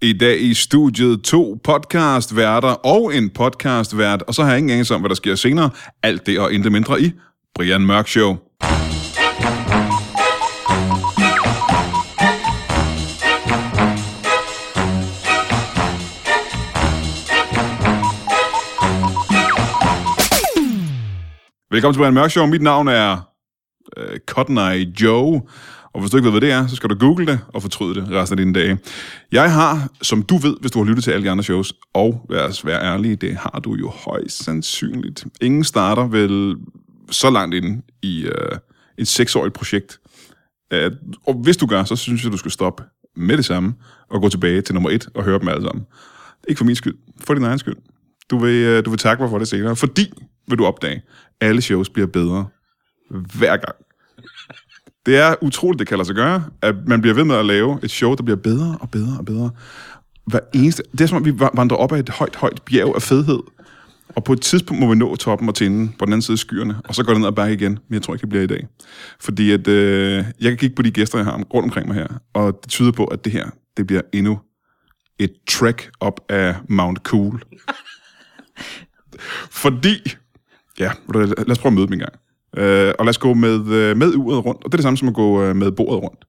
I dag i studiet 2 podcastværter og en podcastvært, og så har jeg ingen anelse om, hvad der sker senere. Alt det og intet mindre i Brian Mørk Show. Velkommen til Brian Mørk Show. Mit navn er Cotton Eye Joe. Og hvis du ikke ved, hvad det er, så skal du google det og fortryde det resten af dine dage. Jeg har, som du ved, hvis du har lyttet til alle de andre shows, og lad os være ærlige, det har du jo højst sandsynligt. Ingen starter vel så langt inde i et 6-årigt projekt. Og hvis du gør, så synes jeg, du skal stoppe med det samme og gå tilbage til nummer 1 og høre dem alle sammen. Ikke for min skyld, for din egen skyld. Du vil takke mig for det senere, fordi vil du opdage, alle shows bliver bedre hver gang. Det er utroligt, det kan lade sig gøre, at man bliver ved med at lave et show, der bliver bedre og bedre og bedre. Hver eneste, det er som om, vi vandrer op ad et højt bjerg af fedhed, og på et tidspunkt må vi nå toppen og tinden på den anden side af skyerne, og så går det ned og bakke igen, men jeg tror ikke, det bliver i dag. Fordi at, jeg kan kigge på de gæster, jeg har rundt omkring mig her, og det tyder på, at det her, det bliver endnu et trek op af Mount Cool. Fordi, ja, lad os prøve at møde dem en gang. Og lad os gå med uret rundt, og det er det samme som at gå med bordet rundt.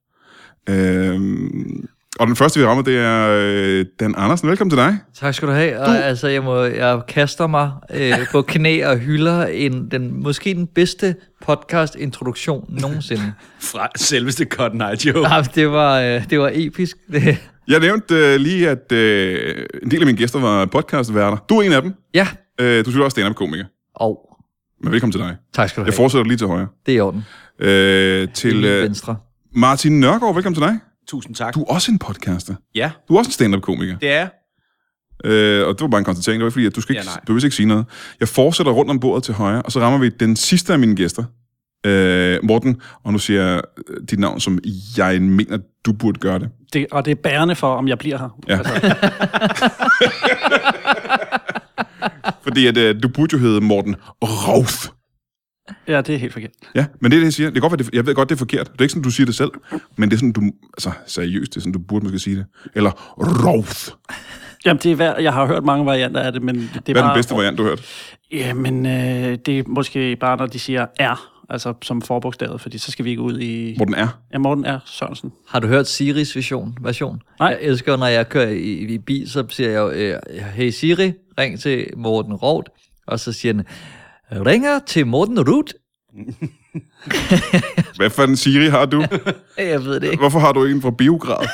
Og den første, vi rammer, det er Dan Andersen. Velkommen til dig. Tak skal du have. Og altså, jeg kaster mig på knæ og hylder måske den bedste podcast-introduktion nogensinde. Fra selveste Cotton Eye Joe. Ja, det var episk. Jeg nævnte lige, at en del af mine gæster var podcastværter. Du er en af dem. Ja. Du er også stand-up-komiker. Men velkommen til dig. Tak skal du have. Jeg fortsætter lige til højre. Det er i orden. Til venstre. Martin Nørgaard, velkommen til dig. Tusind tak. Du er også en podcaster. Ja. Du er også en stand-up-komiker. Det er. Og det var bare en konstatering. Det var fordi, at du vil ikke sige noget. Jeg fortsætter rundt om bordet til højre, og så rammer vi den sidste af mine gæster. Morten, og nu siger jeg dit navn, som jeg mener, du burde gøre det. Og det er bærende for, om jeg bliver her. Ja. Altså. Fordi at, du burde jo hedde Morten Routh. Ja, det er helt forkert. Ja, men det er det, jeg siger. Det er godt, jeg ved godt, det er forkert. Det er ikke sådan, du siger det selv, men det er sådan, du... Altså, seriøst, det er sådan, du burde måske sige det. Eller Routh. Jamen, det er jeg har hørt mange varianter af det, men det er Hvad er den bedste variant, du har hørt? Jamen, det er måske bare, når de siger R, altså som forbogstavet, fordi så skal vi ikke ud i... Morten R. Ja, Morten R. Sørensen. Har du hørt Siris version? Nej. Jeg elsker, når jeg kører i bil, så siger jeg jo, hey Siri, ring til Morten Routh, og så siger den, ringer til Morten Routh. Hvad for en Siri har du? Jeg ved det ikke. Hvorfor har du en fra Biograd?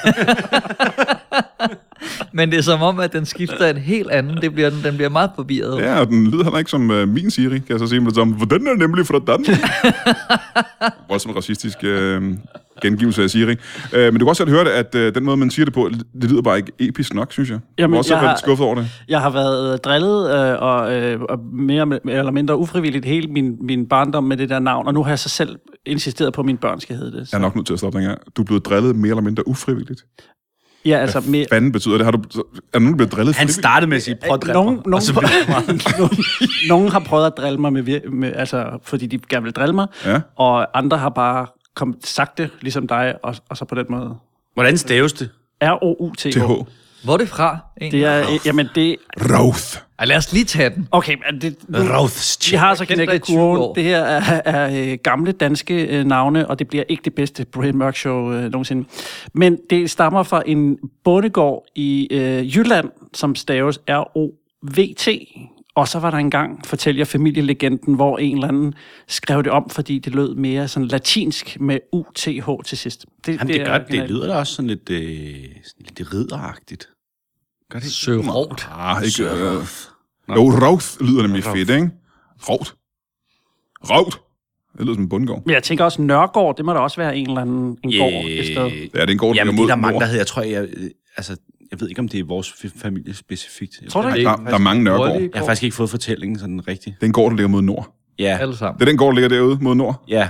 Men det er som om, at den skifter en helt anden. Den bliver meget forvirret. Ja, og den lyder heller ikke som min Siri, kan jeg så sige med det samme. For den er nemlig fra Danmark. Voldsomt racistisk gengivelse af Siri. Men du kan også høre det, at den måde, man siger det på, det lyder bare ikke episk nok, synes jeg. Jamen, du har også været skuffet over det. Jeg har været drillet og mere eller mindre ufrivilligt hele min barndom med det der navn, og nu har jeg så selv insisteret på, at mine børn skal hedde det. Så. Jeg er nok nødt til at stoppe den her. Du er blevet drillet mere eller mindre ufrivilligt. Ja, altså... Hvad fanden betyder det? Er der nogen, der bliver drillet frivilligt? Han startede med at sige, prøv at drille mig. Nogen har prøvet at drille mig, med, altså, fordi de gerne vil drille mig, ja. Og andre har bare sagt det, ligesom dig, og så på den måde. Hvordan staves det? R-O-U-T-H. Hvor er det fra? Det er, jamen det... Routh. Lad os lige tage den. Okay, vi har så knækket kurven. Det her er gamle danske navne, og det bliver ikke det bedste Brian Mørk Show nogensinde. Men det stammer fra en bondegård i Jylland, som staves R-O-V-T. Og så var der engang, fortæller familielegenden, hvor en eller anden skrev det om, fordi det lød mere sådan latinsk med U-T-H til sidst. Det lyder da også sådan lidt ridderagtigt. Sir Routh. Jo, Routh lyder nemlig fedt, ikke? Routh. Det lyder som en bundgård. Men jeg tænker også, Nørgaard, det må da også være en eller anden gård et sted. Ja, det er en gård, der mod der er mange, der hedder, jeg tror, jeg ved ikke, om det er vores familie specifikt. Tror du ikke? Der er mange Nørgaard. Jeg har faktisk ikke fået fortællingen sådan rigtigt. Det er en gård, der ligger mod nord. Ja. Alle sammen. Det er den gård, der ligger derude mod nord? Ja.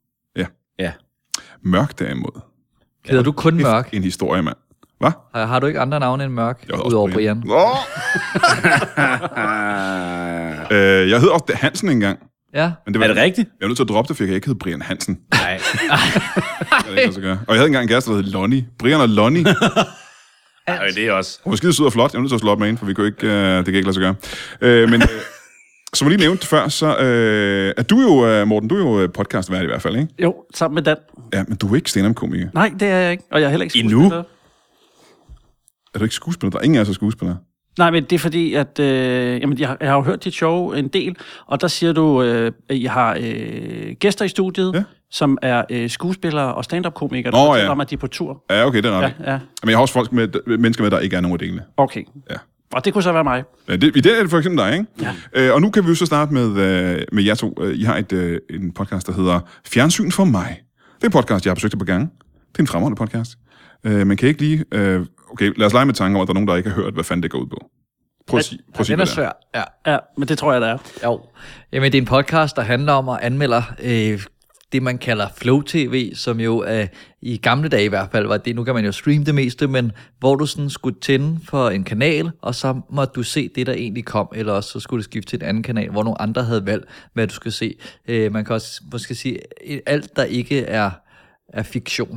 Mørk derimod. Hedder du kun Mørk? En historie, mand. Hvad? Har du ikke andre navne end Mørk, udover Brian? Jeg hed også Hansen engang. Ja. Men det var, er det rigtigt? Jeg var nødt til at droppe det, for jeg kan ikke hedde Brian Hansen. Nej. Og jeg havde engang en kæreste, der hed Lonnie. Brian og Lonnie. Nej, det er også. Hun var skide sød og flot. Jeg er nødt til at slå op med hende, for vi kunne ikke, det kan ikke lade sig gøre. Men som jeg lige nævnte før, så er du jo, Morten, du er jo podcastvært i hvert fald, ikke? Jo, sammen med Dan. Ja, men du er ikke stand-up-komiker. Nej, det er jeg ikke. Og jeg er heller ikke Endnu? skuespiller. Er du ikke skuespiller? Der er ingen af os, der er skuespiller. Nej, men det er fordi, at jamen, jeg har jo hørt dit show en del, og der siger du, at I har gæster i studiet, som er skuespillere og stand-up-komikere, der fortæller om, at de er på tur. Ja, okay, det er ret. Ja. Men jeg har også mennesker med, der ikke er nogen af delene. Okay. Ja. Og det kunne så være mig. Ja, det er det for eksempel dig, ikke? Ja. Og nu kan vi jo så starte med jer to. I har en podcast, der hedder Fjernsyn for mig. Det er en podcast, jeg har besøgt et par gange. Det er en fremragende podcast. Man kan ikke lige... okay, lad os lege med tanker om, at der er nogen, der ikke har hørt, hvad fanden det går ud på. Prøv at sige, den er svær. Ja, men det tror jeg, der er. Jo. Jamen, det er en podcast, der handler om at anmelde det, man kalder Flow TV, som jo i gamle dage i hvert fald var det. Nu kan man jo streame det meste, men hvor du sådan skulle tænde for en kanal, og så måtte du se det, der egentlig kom, eller også så skulle du skifte til en anden kanal, hvor nogle andre havde valgt, hvad du skulle se. Man kan også måske sige, alt, der ikke er fiktion.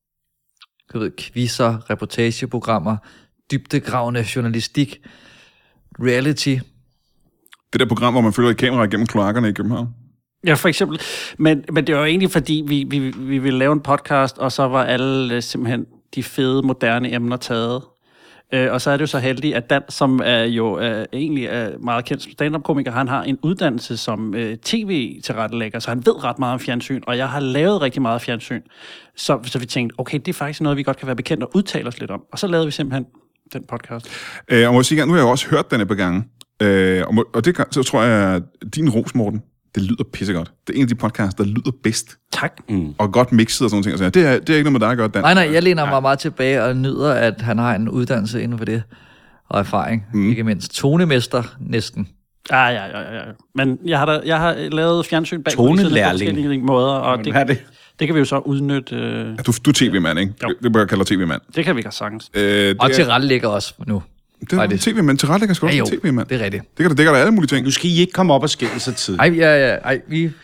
Du ved, quizzer, reportageprogrammer, dybdegravende journalistik, reality. Det der program, hvor man følger et kamera igennem kloakkerne i København. Ja, for eksempel. Men det var jo egentlig, fordi vi ville lave en podcast, og så var alle simpelthen de fede, moderne emner taget. Og så er det jo så heldigt, at Dan, som er jo egentlig er meget kendt som stand-up-komiker, han har en uddannelse som tv-tilrettelægger, så han ved ret meget om fjernsyn, og jeg har lavet rigtig meget fjernsyn. Så vi tænkte, okay, det er faktisk noget, vi godt kan være bekendt og udtale os lidt om. Og så lavede vi simpelthen den podcast. Og må jeg sige, nu har jeg jo også hørt den et par gange, og det så tror jeg, at din ros, Morten, det lyder pissegodt. Det er en af de podcasts, der lyder bedst. Tak. Og godt mixet og sådan nogle ting. Det er ikke noget med dig at gøre, Dan. Nej, jeg læner mig meget tilbage og nyder, at han har en uddannelse inden for det. Og erfaring. Ikke mindst tonemester næsten. Ja. Men jeg har lavet fjernsyn bag tonelærling på måder, og det kan vi jo så udnytte. Du er tv-mand, ikke? Det bør jeg kalde tv-mand. Det kan vi godt sagtens. Og tilrettelægger også nu. Det er tv-mand. Tilrettelægger skal også tv-mand. Det er rigtigt. Det kan da alle mulige ting. Nu skal I ikke komme op og skille så tid. Ej,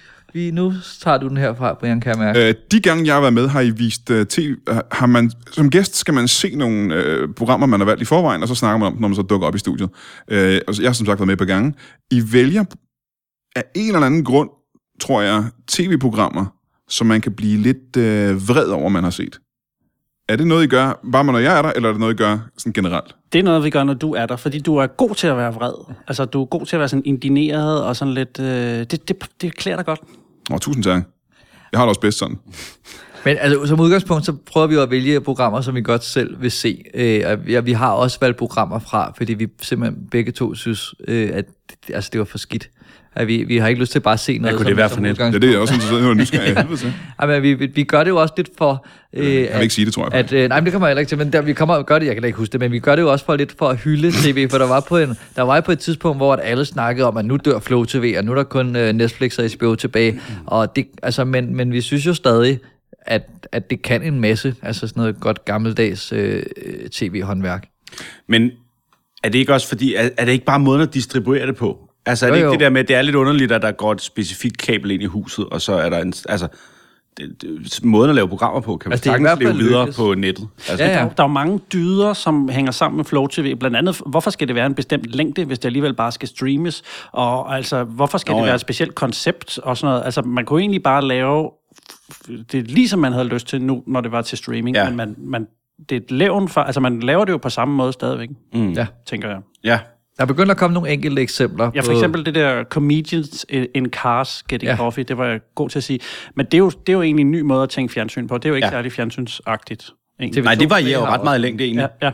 nu tager du den herfra, Brian, kan jeg mærke. De gange, jeg har været med, har I vist tv. Har man, som gæst skal man se nogle programmer, man har valgt i forvejen, og så snakker man om, når man så dukker op i studiet. Jeg har som sagt været med på gange. I vælger af en eller anden grund, tror jeg, tv-programmer, som man kan blive lidt vred over, man har set. Er det noget, I gør, bare når jeg er der, eller er det noget, I gør sådan generelt? Det er noget, vi gør, når du er der, fordi du er god til at være vred. Altså, du er god til at være sådan indigneret og sådan lidt... Det klæder dig godt. Tusind tak. Jeg har det også bedst sådan. Men altså, som udgangspunkt, så prøver vi jo at vælge programmer, som vi godt selv vil se. Vi har også valgt programmer fra, fordi vi simpelthen begge to synes, at det var for skidt. At vi har ikke lyst til bare at se noget. Kunne det være for net? Det er det, jeg også interesseret i, når nysgerrig. Vi gør det jo også lidt for... jeg vil ikke sige det, tror jeg. Nej, men det kommer jeg heller ikke til, men vi kommer og gør det, jeg kan da ikke huske det, men vi gør det jo også for at hylde tv, for der var på et tidspunkt, hvor alle snakkede om, at nu dør Flow TV, og nu er der kun Netflix og HBO tilbage, og det, altså, men vi synes jo stadig, at det kan en masse, altså sådan noget godt gammeldags tv-håndværk. Men er det ikke også fordi, er det ikke bare måden at distribuere det på? Altså er det ikke det der med, at det er lidt underligt, at der går et specifikt kabel ind i huset, og så er der en... Altså, måden at lave programmer på, kan vi sagtens leve videre på nettet. Altså, der er jo mange dyder, som hænger sammen med Flow TV. Blandt andet, hvorfor skal det være en bestemt længde, hvis det alligevel bare skal streames? Og altså, hvorfor skal det være et specielt koncept og sådan noget? Altså, man kunne egentlig bare lave det ligesom man havde lyst til nu, når det var til streaming. Ja. Men det er et levn for... Altså, man laver det jo på samme måde stadigvæk, tænker jeg. Ja. Der er begyndt at komme nogle enkelte eksempler. Ja, for eksempel det der Comedians in Cars Getting Coffee, det var jeg god til at sige. Men det er jo egentlig en ny måde at tænke fjernsyn på. Det er jo ikke særlig fjernsynsagtigt. Nej, det varierer jo ret meget i længde egentlig. Ja.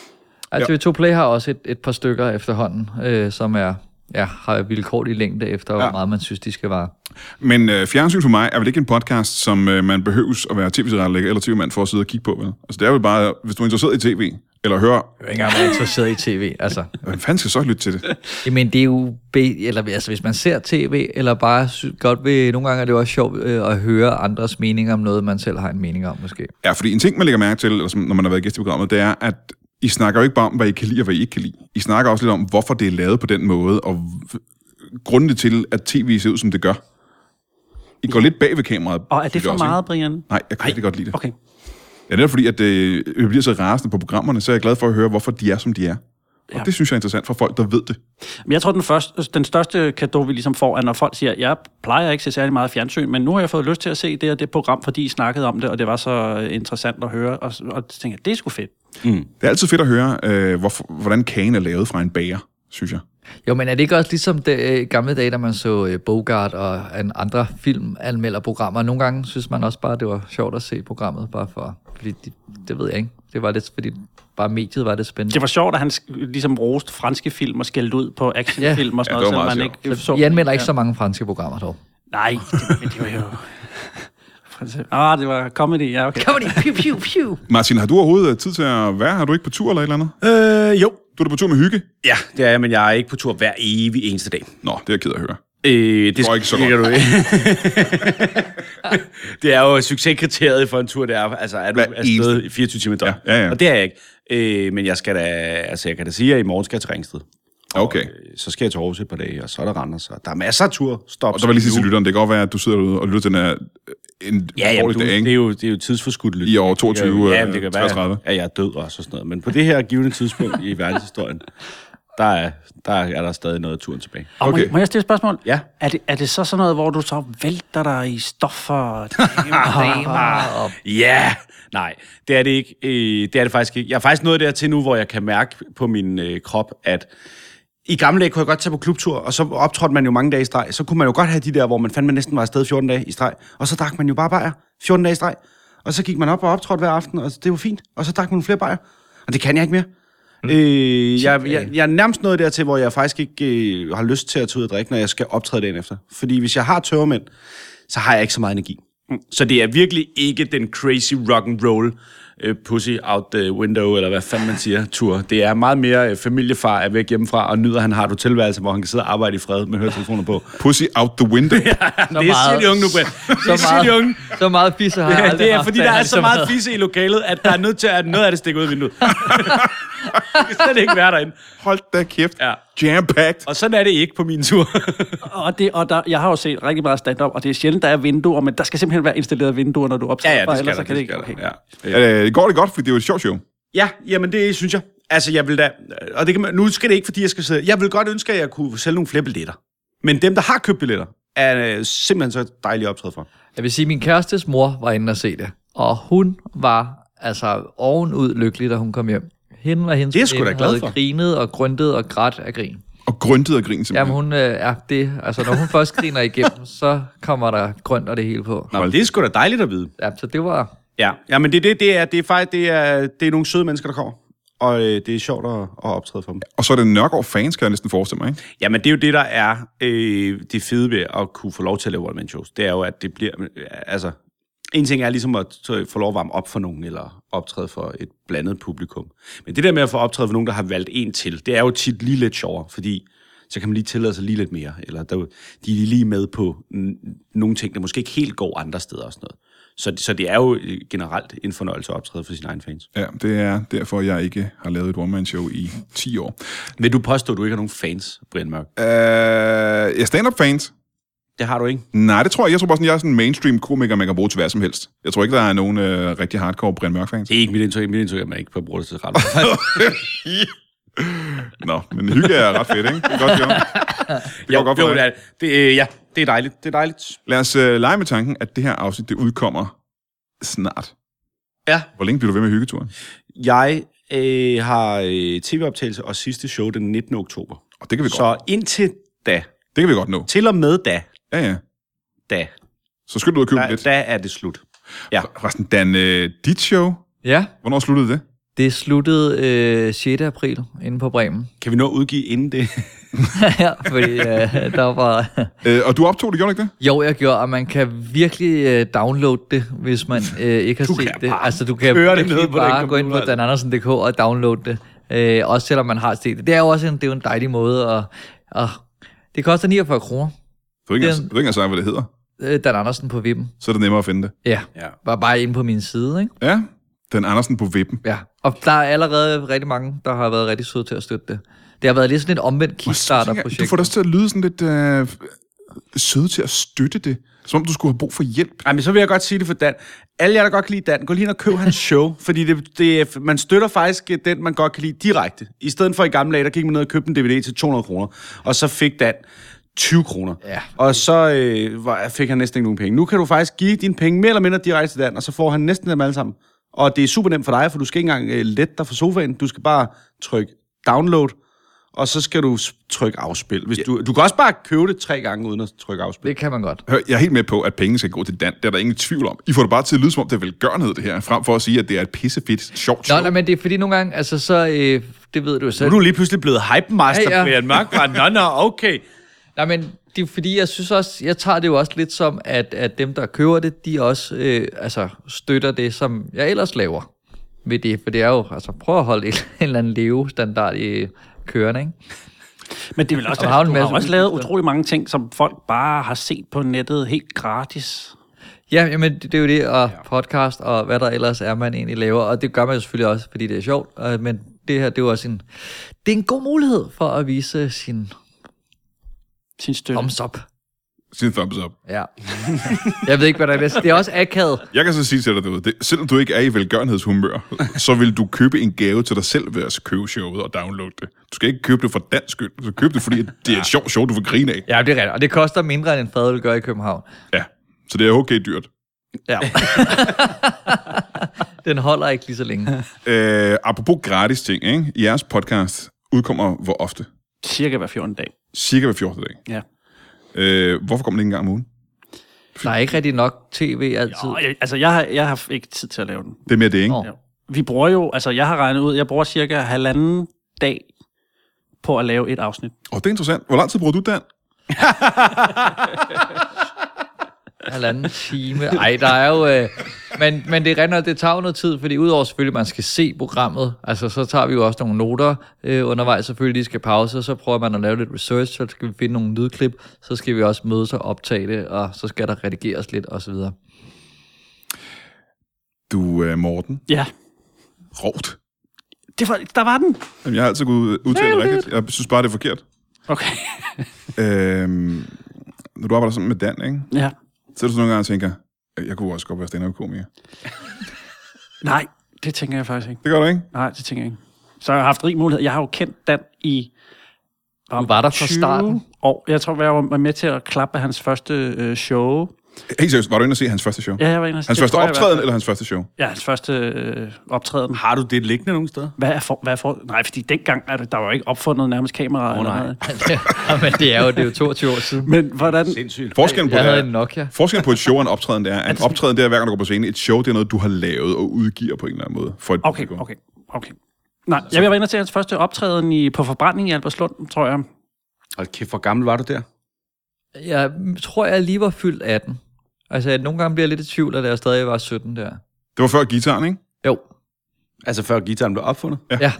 TV2 Play har også et par stykker efterhånden, som har vilkårlig længde efter, hvor meget man synes, de skal vare. Men fjernsyn for mig er vel ikke en podcast, som man behøves at være tv-tilrettelægger eller tv-mand for at sidde og kigge på, vel? Altså det er vel bare, hvis du er interesseret i tv, eller hører... Jeg er ikke engang interesseret i tv, altså. Hvem fanden skal så lytte til det? Jamen det er jo... hvis man ser tv, eller bare godt ved... Nogle gange er det også sjovt at høre andres meninger om noget, man selv har en mening om, måske. Ja, fordi en ting, man lægger mærke til, eller som, når man har været gæst i programmet, det er, at I snakker jo ikke bare om, hvad I kan lide og hvad I ikke kan lide. I snakker også lidt om, hvorfor det er lavet på den måde, og grunden til, at tv ser ud, som det gør. I går lidt bag ved kameraet. Og er det for meget, Brian? Nej, jeg kan rigtig godt lide det. Okay. Ja, det er fordi, at vi bliver så rasende på programmerne, så er jeg glad for at høre, hvorfor de er, som de er. Og det synes jeg er interessant for folk, der ved det. Men jeg tror, den største cadeau, vi ligesom får, er, når folk siger, jeg plejer ikke at se særlig meget fjernsyn, men nu har jeg fået lyst til at se det program, fordi I snakkede om det, og det var så interessant at høre, og tænker jeg, det er sgu fedt. Det er altid fedt at høre, hvordan kagen er lavet fra en bager, synes jeg. Jo, men er det ikke også ligesom det gamle dage, da man så Bogart og andre filmanmelderprogrammer? Nogle gange synes man også bare, det var sjovt at se programmet, bare for, fordi det ved jeg ikke. Det var lidt, fordi bare mediet var det spændende. Det var sjovt, at han ligesom roste franske film og skældte ud på actionfilm og sådan noget, så man ikke så. I anmelder ikke så mange franske programmer, dog. Nej, det var jo... det var comedy, ja, okay. Comedy, piu, piu, piu. Martin, har du overhovedet tid til at være? Har du ikke på tur eller et eller andet? Jo. Du er på tur med hygge? Ja, det er jeg, men jeg er ikke på tur hver evig eneste dag. Nå, det er jeg ked af at høre. Det går ikke så godt. Det er jo succeskriteriet for en tur, det er, altså er du afsted i 24 timer døgn. Ja. Og det er jeg ikke. Men jeg skal da, jeg kan da sige, at i morgen skal jeg til Ringsted. Okay. Og, så skal jeg til Aarhus et par dage, og så er der Randers, og der er masser af turstop. Og så vil jeg lige sige til lytteren, det kan godt være, at du sidder derude og lytter til den her dårlig dag, ikke? Det er jo tidsforskudt lyt. I år 22, ja, det kan 33. være, at jeg er død og sådan noget. Men på det her givende tidspunkt i verdenshistorien, der er der stadig noget af turen tilbage. Okay. Må jeg stille et spørgsmål? Ja. Er det så sådan noget, hvor du så vælter dig i stoffer? Ja, nej, det er det ikke. Det er det faktisk ikke. Jeg er faktisk nået dertil nu, hvor jeg kan mærke på min krop, at i gamle dage kunne jeg godt tage på klubtur, og så optrådte man jo mange dage i streg. Så kunne man jo godt have de der, hvor man fandme næsten var afsted 14 dage i streg. Og så drak man jo bare bajer 14 dage i streg. Og så gik man op og optrådte hver aften, og det var fint. Og så drak man flere bajer. Og det kan jeg ikke mere. Jeg er nærmest nået dertil, hvor jeg faktisk ikke har lyst til at tage ud og drikke, når jeg skal optræde dagen efter. Fordi hvis jeg har tørmænd, så har jeg ikke så meget energi. Så det er virkelig ikke den crazy rock and roll pussy out the window, eller hvad fanden man siger, tur. Det er meget mere familiefar er væk hjemmefra, og nyder, at han har et hotelværelse, hvor han kan sidde og arbejde i fred med høretelefoner på. Pussy out the window? Ja, det siger de unge nu, Brent. Det siger de unge. Så meget fisse har jeg aldrig det er, haft, fordi der er så meget fisse i lokalet, at der er nødt til at noget af det stikke ud af vinduet. Det kan slet ikke være derinde. Hold da kæft. Ja. Jam-packed. Og sådan er det ikke på min tur. Jeg har jo set rigtig meget stand-up, og det er sjældent, der er vinduer, men der skal simpelthen være installeret vinduer, når du optræder. Ja, det skal ellers der. Kan det ikke. Okay. Ja. Går det godt, fordi det er jo et sjovt show? Ja, jamen det synes jeg. Altså, jeg vil da... Og det kan man, nu skal det ikke, fordi jeg skal sidde... Jeg vil godt ønske, at jeg kunne sælge nogle flere billetter. Men dem, der har købt billetter, er simpelthen så dejligt at optræde for. Jeg vil sige, at min kærestes mor var inde og se det. Og hun var altså ovenud lykkelig, da hun kom hjem. Hende og hendes veninde havde grinet og grøntet og grædt af grin. Og grøntet af grin, simpelthen? Jamen hun er det. Altså når hun først griner igennem, så kommer der grønt og det hele på. Nå, men det er sgu da dejligt at vide. Ja, så det var... Ja, men det er nogle søde mennesker, der kommer. Og det er sjovt at optræde for dem. Og så er det Nørgaard-fans, kan jeg næsten forestille mig, ikke? Jamen, det er jo det, der er det fede ved at kunne få lov til at lave one-man-shows. Det er jo, at det bliver... Altså, en ting er ligesom at få lov at varme op for nogen, eller optræde for et blandet publikum. Men det der med at få optræde for nogen, der har valgt en til, det er jo tit lige lidt sjovere, fordi så kan man lige tillade sig lige lidt mere. Eller de er lige med på nogle ting, der måske ikke helt går andre steder og sådan noget. Så det er jo generelt en fornøjelse at optræde for sine egne fans. Ja, det er derfor, jeg ikke har lavet et one-man-show i 10 år. Vil du påstå, at du ikke har nogen fans, Brian Mørk? Jeg stand-up-fans. Det har du ikke? Nej, det tror jeg. Jeg tror bare sådan, jeg er sådan en mainstream-komiker, man kan bruge til hvad som helst. Jeg tror ikke, der er nogen rigtig hardcore Brian Mørk-fans. Det er ikke mit indtryk. Mit indtryk er, at man ikke kan bruge det til ret. Nå, men hygge er ret fedt, ikke? Det er godt gjort. Det er dejligt. Det er dejligt. Lad os lege med tanken, at det her afsnit, det udkommer snart. Ja. Hvor længe bliver du ved med hyggeturen? Jeg har tv-optagelse og sidste show den 19. oktober. Og det kan vi godt. Så indtil da. Det kan vi godt nå. Til og med da. Ja. Da. Så skal du ud og købe lidt. Da er det slut. Ja. Forresten, Dan, dit show? Ja. Hvornår sluttede det? Det sluttede 6. april inde på Bremen. Kan vi nå at udgive inden det? Ja, fordi der var... Og du optog det, gjorde du ikke det? Jo, jeg gjorde, og man kan virkelig downloade det, hvis man ikke har set det. Altså, du kan virkelig bare gå ind på danandersen.dk og downloade det. Også selvom man har set det. Det er jo også en dejlig måde at det koster 49 kroner. Du vil ikke engang sige, hvad det hedder? Dan Andersen på Vippen. Så er det nemmere at finde det. Ja. Bare inde på min side, ikke? Ja, Dan Andersen på Vippen. Ja, og der er allerede rigtig mange, der har været rigtig søde til at støtte det. Det har været lidt sådan et omvendt Kickstarter-projekt. Du får det også til at lyde sådan lidt søde til at støtte det, som om du skulle have brug for hjælp. Ej, men så vil jeg godt sige det for Dan. Alle jer, der godt kan lide Dan, gå lige ind og køb hans show, fordi man støtter faktisk den, man godt kan lide direkte. I stedet for i gamle dage, der gik man ned og købte en DVD til 200 kroner, og så fik Dan 20 kroner. Ja. Og så fik han næsten ikke nogen penge. Nu kan du faktisk give dine penge mere eller mindre direkte til Dan, og så får han næsten dem alle sammen. Og det er super nemt for dig, for du skal ikke engang lette dig fra sofaen. Du skal bare trykke download, og så skal du trykke afspil. Du kan også bare købe det 3 gange, uden at trykke afspil. Det kan man godt. Hør, jeg er helt med på, at pengene skal gå til Dan. Det er der ingen tvivl om. I får det bare til at lyde, som om det er velgørenhed, det her, frem for at sige, at det er et pissefedt, sjovt show. Nej, men det er fordi nogle gange, altså så, det ved du jo selv. Nu er du lige pludselig blevet hype-master, Brian Mørk. Nå, okay. Nej, men det er fordi, jeg synes også, jeg tager det jo også lidt som, at dem, der køber det, de også støtter det, som jeg ellers laver ved det. For det er jo, prøv at holde en eller anden levestandard i kørende, ikke? Men det vil også, du har også lavet utrolig mange ting, som folk bare har set på nettet helt gratis. Ja, jamen det er jo det, og podcast, og hvad der ellers er, man egentlig laver. Og det gør man jo selvfølgelig også, fordi det er sjovt. Men det her, det er jo også det er en god mulighed for at vise sin støtte. Thumbs up. Sin thumbs up. Ja. Jeg ved ikke, hvad der er. Det er også akavet. Jeg kan så sige til dig derude, selvom du ikke er i velgørenhedshumør, så vil du købe en gave til dig selv ved at købe showet og downloade det. Du skal ikke købe det for dansk skyld. Du skal købe det, fordi det er et sjovt show, du får grine af. Ja, det er rigtigt. Og det koster mindre, end en fadøl gør i København. Ja, så det er okay dyrt. Ja. Den holder ikke lige så længe. Apropos gratis ting, ikke? Jeres podcast udkommer hvor ofte? Cirka hver 14. dag. Cirka hver 14. dag? Ja. Hvorfor kommer det ikke engang om ugen? Der er ikke rigtig nok tv altid. Jo, jeg har ikke tid til at lave den. Det er mere det, ikke? Oh. Vi bruger jo, jeg har regnet ud, jeg bruger cirka 1,5 dag på at lave et afsnit. Det er interessant. Hvor lang tid bruger du, Dan? 1,5 time. Ej, der er jo... Men det render, det tager jo noget tid, fordi udover selvfølgelig, man skal se programmet, så tager vi jo også nogle noter undervejs, selvfølgelig, de skal pause, så prøver man at lave lidt research, så skal vi finde nogle lydklip, så skal vi også mødes og optage det, og så skal der redigeres lidt, og så videre. Du, Morten. Ja. Rovt. Der var den. Jamen, jeg har altid gået udtalt det rigtigt. Jeg synes bare, det er forkert. Okay. Når du arbejder sammen med Dan, ikke? Ja. Så er du sådan nogle gange og tænker, jeg kunne også godt være stand-up-komiker. Nej, det tænker jeg faktisk ikke. Det gør du ikke? Nej, det tænker jeg ikke. Så jeg har haft rig mulighed. Jeg har jo kendt Dan i... Du var der fra starten? Og jeg tror, jeg var med til at klappe hans første show. Helt seriøst, var du inde og se hans første show? Ja, jeg var inde og se. Hans første optræden eller hans første show? Ja, hans første optræden. Har du det liggende nogen steder? Hvad er for? Nej, fordi dengang der var jo ikke opfundet nærmest kamera eller noget. Men det er jo 22 år siden. Men hvordan... Sindssygt. Forskellen på, jeg havde en Nokia. Forskellen på et show og en optræden, det er, at en optræden, det er hver gang du går på scenen. Et show, det er noget, du har lavet og udgiver på en eller anden måde. For et Okay. Nej, jeg var inde til hans første optræden på Forbrænding i Albertslund, tror jeg. Og kæft, hvor gammel var du der? Jeg tror, jeg lige var fyldt 18. Nogle gange bliver jeg lidt i tvivl, at jeg stadig var 17 der. Det var før guitaren, ikke? Jo. Altså før guitaren blev opfundet? Ja.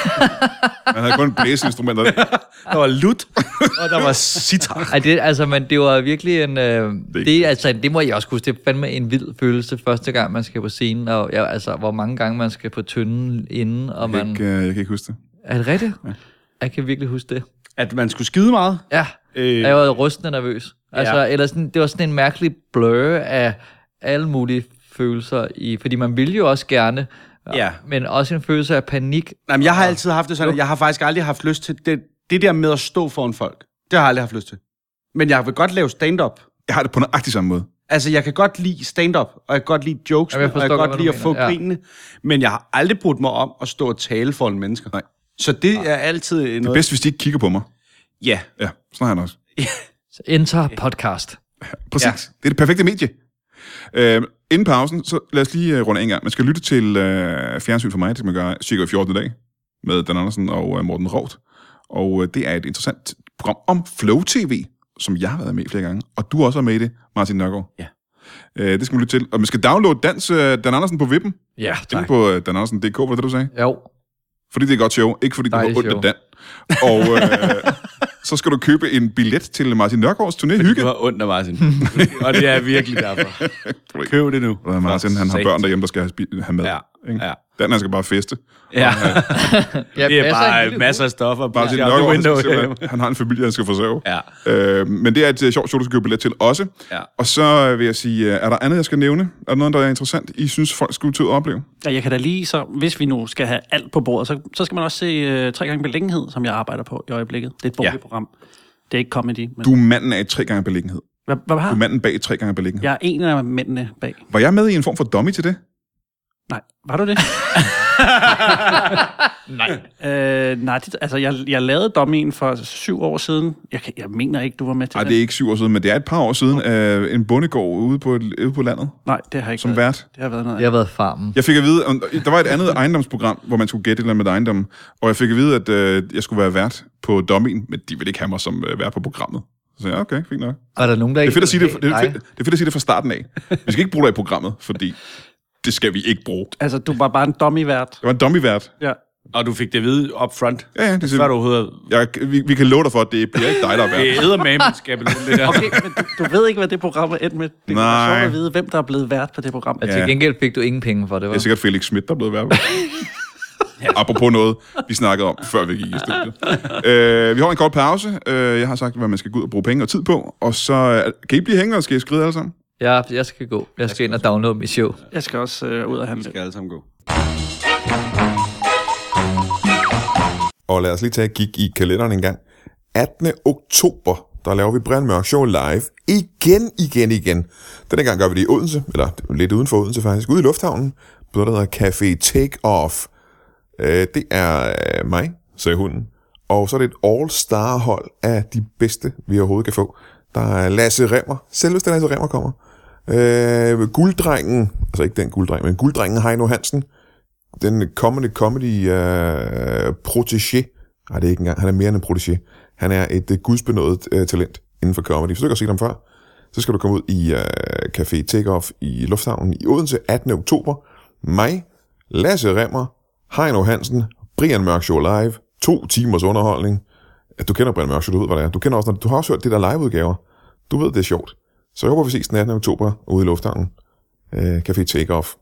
Man havde kun blæseinstrumenter. Der var lut, og der var sitar. Men det var virkelig en... det må jeg også huske. Det er fandme en vild følelse første gang, man skal på scenen, og hvor mange gange man skal på tynden inden, og man... Jeg kan ikke huske det. Er det rigtigt? Ja. Jeg kan virkelig huske det. At man skulle skide meget? Ja. Jeg var rystende nervøs. Eller sådan, det var sådan en mærkelig blur af alle mulige følelser fordi man ville jo også gerne, men også en følelse af panik. Jamen, jeg har altid haft det sådan, at jeg har faktisk aldrig haft lyst til det der med at stå foran folk. Det har jeg aldrig haft lyst til. Men jeg vil godt lave stand-up. Jeg har det på nøjagtig samme måde. Altså, jeg kan godt lide stand-up, og jeg kan godt lide jokes, og jeg kan godt lide at få grinene, men jeg har aldrig brudt mig om at stå og tale foran mennesker. Nej. Så det er altid noget... Det er bedst, hvis de ikke kigger på mig. Ja. Ja, sådan har jeg også. Så enter podcast. Præcis. Ja. Det er det perfekte medie. Inden pausen, så lad os lige runde en gang. Man skal lytte til Fjernsyn for mig, det skal man gøre cirka 14. dag, med Dan Andersen og Morten Rovt. Og det er et interessant program om Flow TV, som jeg har været med i flere gange. Og du også er med i det, Martin Nørgaard. Ja. Det skal man lytte til. Og man skal downloade Dan Andersen på Vippen. Ja, tak. Inde på danandersen.dk, var det du sagde? Jo. Fordi det er et godt show, ikke fordi du har ondt af Dan. Og så skal du købe en billet til Martin Nørgaards turné. Hygge. Du har ondt af Martin. Og det er virkelig derfor. Køb det nu. Martin, han har børn derhjemme, der skal have mad. Ja. Ikke? Ja. Den skal bare feste. Ja. Det er bare masser af stoffer. Bare han har en familie, han skal forsørge. Ja. Men det er et sjovt show, du skal købe billet til også. Ja. Og så vil jeg sige, er der andet, jeg skal nævne? Er der noget, der er interessant, I synes, folk skal ud til at opleve? Ja, jeg kan da lige, så hvis vi nu skal have alt på bordet, så skal man også se 3 gange beliggenhed, som jeg arbejder på i øjeblikket. Det er et boligprogram. Det er ikke comedy. Men... Du er manden af 3 gange beliggenhed. Hvad har? Du er manden bag 3 gange beliggenhed. Jeg er en af mændene bag. Var jeg med i en form for dummy til det? Nej, var du det? Nej, altså jeg lavede dummyen for 7 år siden. Jeg mener ikke, du var med til det. Nej, det er ikke 7 år siden, men det er et par år siden. En bondegård ude på landet. Nej, det har ikke som vært. Det har været noget. Det har været Farmen. Jeg fik at vide, der var et andet ejendomsprogram, hvor man skulle gætte et eller andet med ejendom, og jeg fik at vide, at jeg skulle være vært på dummyen, men de ville ikke have mig som vært på programmet. Så ja, okay, fint nok. Er der nogen, der det er fedt at sige det, det er fedt at sige det fra starten af. Vi skal ikke bruge dig i programmet, fordi det skal vi ikke bruge. Altså, du var bare en dummy-vært. Det var en dummy-vært. Ja. Og du fik det at vide up front? Ja, det før du overhovedet... vi kan love dig for, at det bliver ikke dig, der er vært. Det er eddermame-skabet, det der. Okay, men du ved ikke, hvad det program er endt med. Det er sjovt at vide, hvem der er blevet vært på det program. Ja. Til gengæld fik du ingen penge for det, var? Det er sikkert Felix Schmidt, der er blevet vært på. Apropos noget, vi snakkede om, før vi gik i studiet. Vi har en kort pause. Jeg har sagt, hvad man skal gå ud og bruge penge og tid på. Og så kan I blive hængende, og skal I skride alle sammen? Ja, jeg skal gå. Jeg skal ind og downloade mit show. Jeg skal også ud og handle. Vi skal alle sammen gå. Og lad os lige tage et kig i kalenderen en gang. 18. oktober, der laver vi Brian Mørk Show live. Igen. Denne gang gør vi det i Odense, eller lidt uden for Odense faktisk, ude i lufthavnen. På noget, der hedder Café Take Off. Det er mig, sagde hunden. Og så er det et all-star hold af de bedste, vi overhovedet kan få. Der er Lasse Remmer. Selveste Lasse Remmer kommer. Gulddrengen, altså ikke den gulddreng, men gulddrengen Heino Hansen. Den comedy protégé. Nej, det er ikke engang. Han er mere end en protégé. Han er et gudsbenået talent inden for comedy. Hvis du ikke har set ham før, så skal du komme ud i Café Take-Off i Lufthavnen i Odense 18. oktober. Mig, Lasse Remmer, Heino Hansen, Brian Mørk Show live, 2 timers underholdning. Du kender Brian Mørk Show, du ved, hvad det er. Du har også hørt det der liveudgaver. Du ved, det er sjovt. Så jeg håber, vi ses den 18. oktober ude i Lufthavnen. Café Take-Off.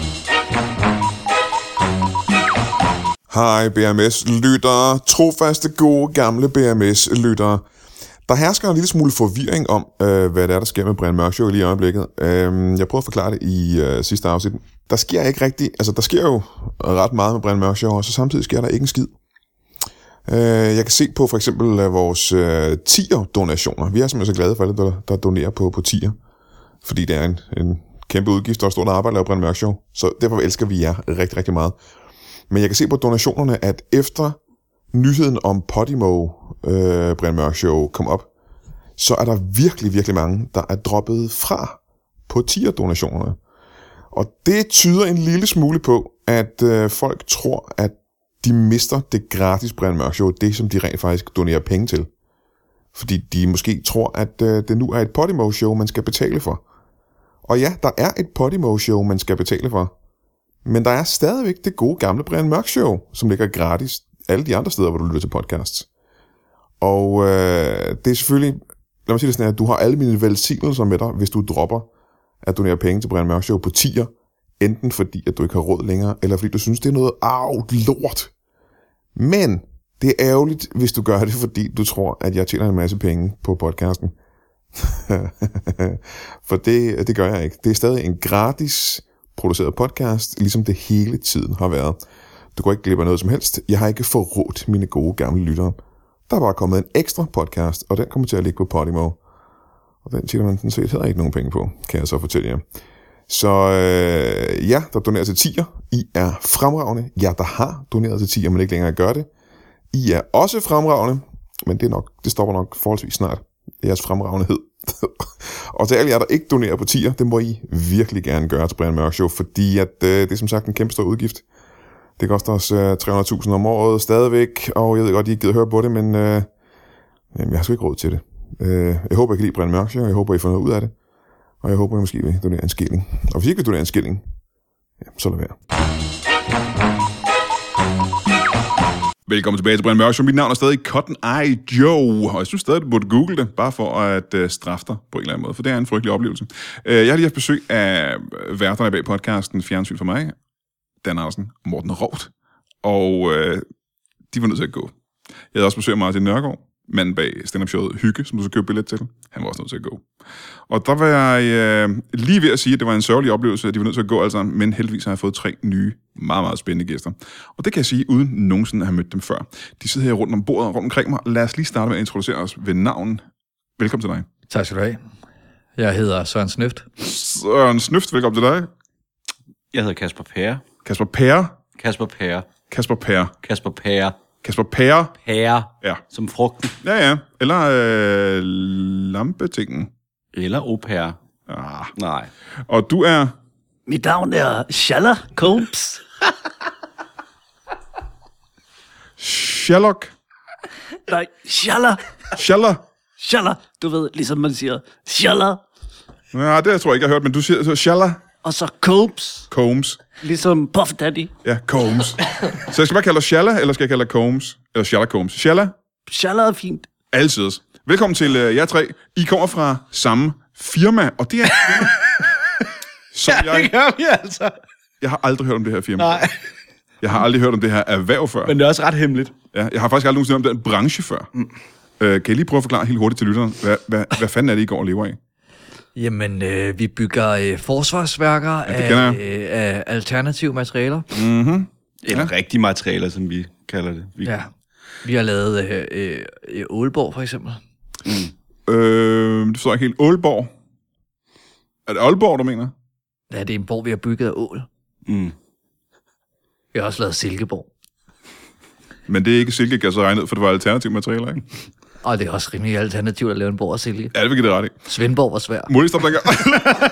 Hej BMS-lyttere, trofaste gode gamle BMS-lyttere. Der hersker en lille smule forvirring om, hvad det er, der sker med Brian Mørk Show lige i øjeblikket. Jeg prøvede at forklare det i sidste afsnit. Der sker ikke rigtigt, altså der sker jo ret meget med Brian Mørk Show, og så samtidig sker der ikke en skid. Jeg kan se på for eksempel vores tier-donationer. Vi er simpelthen så glade for alle, der donerer på tier. Fordi det er en kæmpe udgift, og et stort arbejde at lave Brian Mørk Show. Så derfor elsker vi jer rigtig, rigtig meget. Men jeg kan se på donationerne, at efter nyheden om Podimo, Brian Mørk Show, kom op, så er der virkelig, virkelig mange, der er droppet fra på tier-donationerne. Og det tyder en lille smule på, at folk tror, at de mister det gratis Brian Mørk Show, det som de rent faktisk donerer penge til. Fordi de måske tror, at det nu er et Podimo-show, man skal betale for. Og ja, der er et Podimo-show, man skal betale for. Men der er stadigvæk det gode gamle Brian Mørk Show, som ligger gratis alle de andre steder, hvor du lytter til podcasts. Og det er selvfølgelig, lad mig sige det sådan, at du har alle mine velsignelser med dig, hvis du dropper at donere penge til Brian Mørk Show på tier, enten fordi, at du ikke har råd længere, eller fordi du synes, det er noget lort. Men det er ærgerligt, hvis du gør det, fordi du tror, at jeg tjener en masse penge på podcasten. For det gør jeg ikke. Det er stadig en gratis produceret podcast, ligesom det hele tiden har været. Du går ikke glip af noget som helst. Jeg har ikke forrådt mine gode gamle lyttere. Der er bare kommet en ekstra podcast, og den kommer til at ligge på Podimo. Og den tjener man sådan set heller ikke nogen penge på, kan jeg så fortælle jer. Så ja, der donerer til tier. I er fremragende. Ja, der har doneret til tier, men ikke længere gør det. I er også fremragende, men det stopper nok forholdsvis snart. Jeres fremragendehed. Og til alle jer, der ikke donerer på tier, det må I virkelig gerne gøre til Brian Mørk Show, fordi at, det er som sagt en kæmpe stor udgift. Det koster os 300.000 om året stadigvæk, og jeg ved godt, I ikke gider høre på det, men jeg har sgu ikke råd til det. Jeg håber, I kan lide Brian Mørk Show, jeg håber, I får noget ud af det, og jeg håber, I måske vil donere en skilling. Og hvis I ikke vil donere en skilling, så lad være. Velkommen tilbage til Brian Mørk Show. Mit navn er stadig Cotton Eye Joe, og jeg synes stadig, du burde google det, bare for at straffe dig på en eller anden måde, for det er en frygtelig oplevelse. Jeg har lige haft besøg af værterne bag podcasten Fjernsyn for mig. Dan Andersen og Morten Rovt. Og de var nødt til at gå. Jeg havde også besøgt Martin Nørgaard, manden bag stand-up-showet Hygge, som du så købte billet til. Han var også nødt til at gå. Og der var jeg lige ved at sige, at det var en sørgelig oplevelse, at de var nødt til at gå alle sammen, men heldigvis har jeg fået 3 nye, meget, meget spændende gæster. Og det kan jeg sige, uden nogensinde at have mødt dem før. De sidder her rundt om bordet og rundt omkring mig. Lad os lige starte med at introducere os ved navn. Velkommen til dig. Tak skal du have. Jeg hedder Søren Snøft. Søren Snøft, velkommen til dig. Jeg hedder Kasper Pære. Kasper Pære. Kasper Pære. Kasper Pære. Kasper Pære. Kasper Pære. Pære. Ja. Som frugten. Ja. Eller lampetingen. Eller au pair. Ah. Nej. Og du er... Mit navn er Sherlock Holmes. Sherlock. Nej, Sherlock. Du ved, ligesom man siger, Sherlock. Ja, det tror jeg ikke, jeg har hørt, men du siger så Sherlock. Og så Combs. Combs. Ligesom Puff Daddy. Ja, Combs. Så jeg skal bare kalde dig Sherlock, eller skal jeg kalde dig Combs? Eller Sherlock Holmes. Sherlock? Sherlock er fint. Altid. Velkommen til jer 3. I kommer fra samme firma, og det er... som Det gør vi altså. Jeg har aldrig hørt om det her firma. Nej. Jeg har aldrig hørt om det her erhverv før. Men det er også ret hemmeligt. Ja, jeg har faktisk aldrig nogensinde om den branche før. Kan I lige prøve at forklare helt hurtigt til lytteren, hvad fanden er det, I går og lever af? Jamen, vi bygger forsvarsværker af alternative materialer. Mhm. Eller rigtige materialer, som vi kalder det. Ja. Vi har lavet Aalborg, for eksempel. Det forstår jeg ikke helt. Aalborg. Er det Aalborg, du mener? Ja, det er en borg, vi har bygget af ål. Vi har også lavet Silkeborg. Men det er ikke silkegas at regne ud, for det var alternative materialer, ikke? Og det er også rimelig alternativt at lave en borg af silke. Ja, det vil det ret i. Svendborg var svær. Må jeg stoppe dig i gang?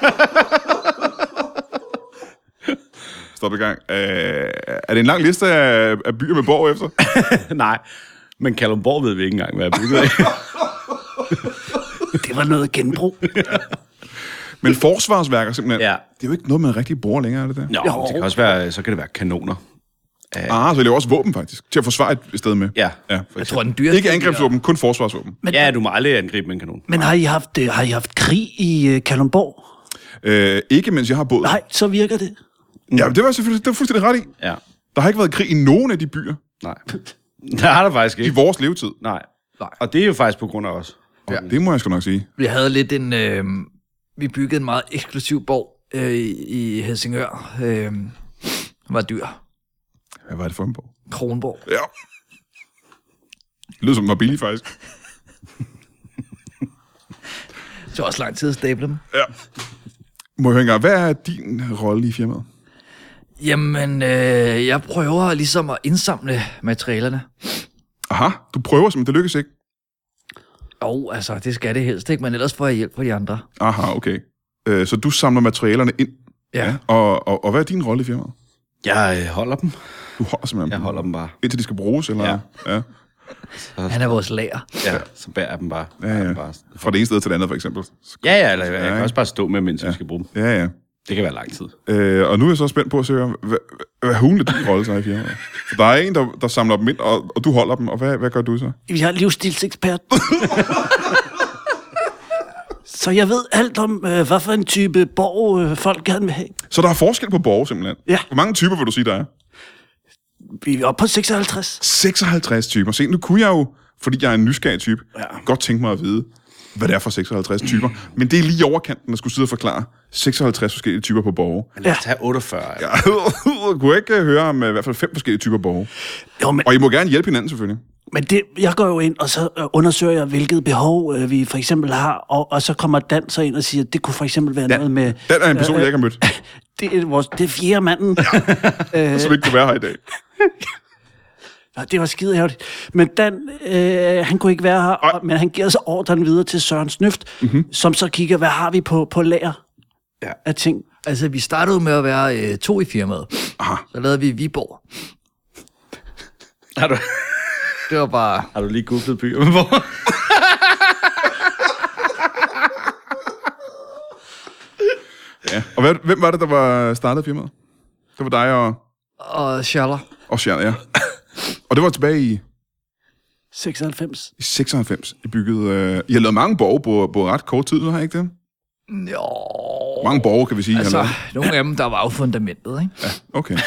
Stop i gang. Er det en lang liste af byer med borg efter? Nej, men Kalundborg ved vi ikke engang, hvad jeg bygget af. Det var noget genbrug. Men forsvarsværker simpelthen, Ja. det er jo ikke noget, man rigtig bruger længere, er det der? Jo, det kan også være, så kan det være kanoner. Så det er jo også våben, faktisk, til at forsvare et sted med. Ja. Jeg tror, den dyreste... Ikke angrebsvåben, kun forsvarsvåben. Ja, du må aldrig angribe med en kanon. Men har I haft krig i Kalundborg? Ikke mens jeg har boet. Nej, så virker det. Ja, det var selvfølgelig, det var fuldstændig ret i. Ja. Der har ikke været krig i nogen af de byer Nej. Der har der faktisk i ikke. vores levetid. Nej. Og det er jo faktisk på grund af os. Ja. Det må jeg sgu nok sige. Vi havde lidt en... vi byggede en meget eksklusiv borg i Helsingør. Den var dyr. Hvad var det for en borg? Kronborg. Ja. Det lyder som den var billig, faktisk. Det var også lang tid at stable dem. Ja. Må jeg høre engang, hvad er din rolle i firmaet? Jamen, jeg prøver ligesom at indsamle materialerne. Aha, du prøver, men det lykkes ikke. Jo, altså, det skal det helst ikke, men ellers får jeg hjælp fra de andre. Aha, okay. Så du samler materialerne ind. Ja. Og hvad er din rolle i firmaet? Jeg holder dem. Du holder simpelthen Jeg holder dem bare. indtil de skal bruges, eller? Ja. Han er vores lager. Ja, så bærer jeg dem bare. Ja. Fra det ene sted til det andet, for eksempel. Ja, eller jeg kan også bare stå med, mens vi skal bruge dem. Ja. Det kan være lang tid. Og nu er jeg så spændt på at se, hvad hulen er din rolle så i firmaet? For der er en, der samler dem ind, og du holder dem, og hvad gør du så? Vi har livsstilsekspert. Så jeg ved alt om, hvad for en type borg folk gerne vil have. Så der er forskel på borge, simpelthen? Ja. Hvor mange typer vil du sige, der er? Vi er oppe på 56. 56 typer. Se, nu kunne jeg jo, fordi jeg er en nysgerrig type, godt tænke mig at vide, hvad det er for 56 typer. Men det er lige overkanten, at skulle sidde og forklare 56 forskellige typer på borge. Lad os tage 48. Jeg kunne ikke høre om i hvert fald 5 forskellige typer borge. Jo, men, Og I må gerne hjælpe hinanden, selvfølgelig. men jeg går jo ind, og så undersøger jeg, hvilket behov vi for eksempel har. Og så kommer Dan så ind og siger, at det kunne for eksempel være noget med... Den er en person, jeg ikke har mødt, Det er fjerde manden. som ikke kunne være her i dag. Ja, det var skide ærgerligt. Men Dan, han kunne ikke være her, men han giver så ordren videre til Søren Snøft, som så kigger, hvad har vi på lager af ting. Altså, vi startede med at være 2 i firmaet. Aha. Så lavede vi Viborg. Det var bare... Har du lige googlet byer med borg? Ja. Og hvem var det, der var startet firmaet? Det var dig Og Schaller. og Sjern, ja. Og det var tilbage i 96. 96, I byggede... I har lavet mange borge på ret kort tid, har I ikke det? Jo... Mange borge, kan vi sige. I har Altså, lavet. nogle af dem, der var jo fundamentet, ikke? Ja, okay.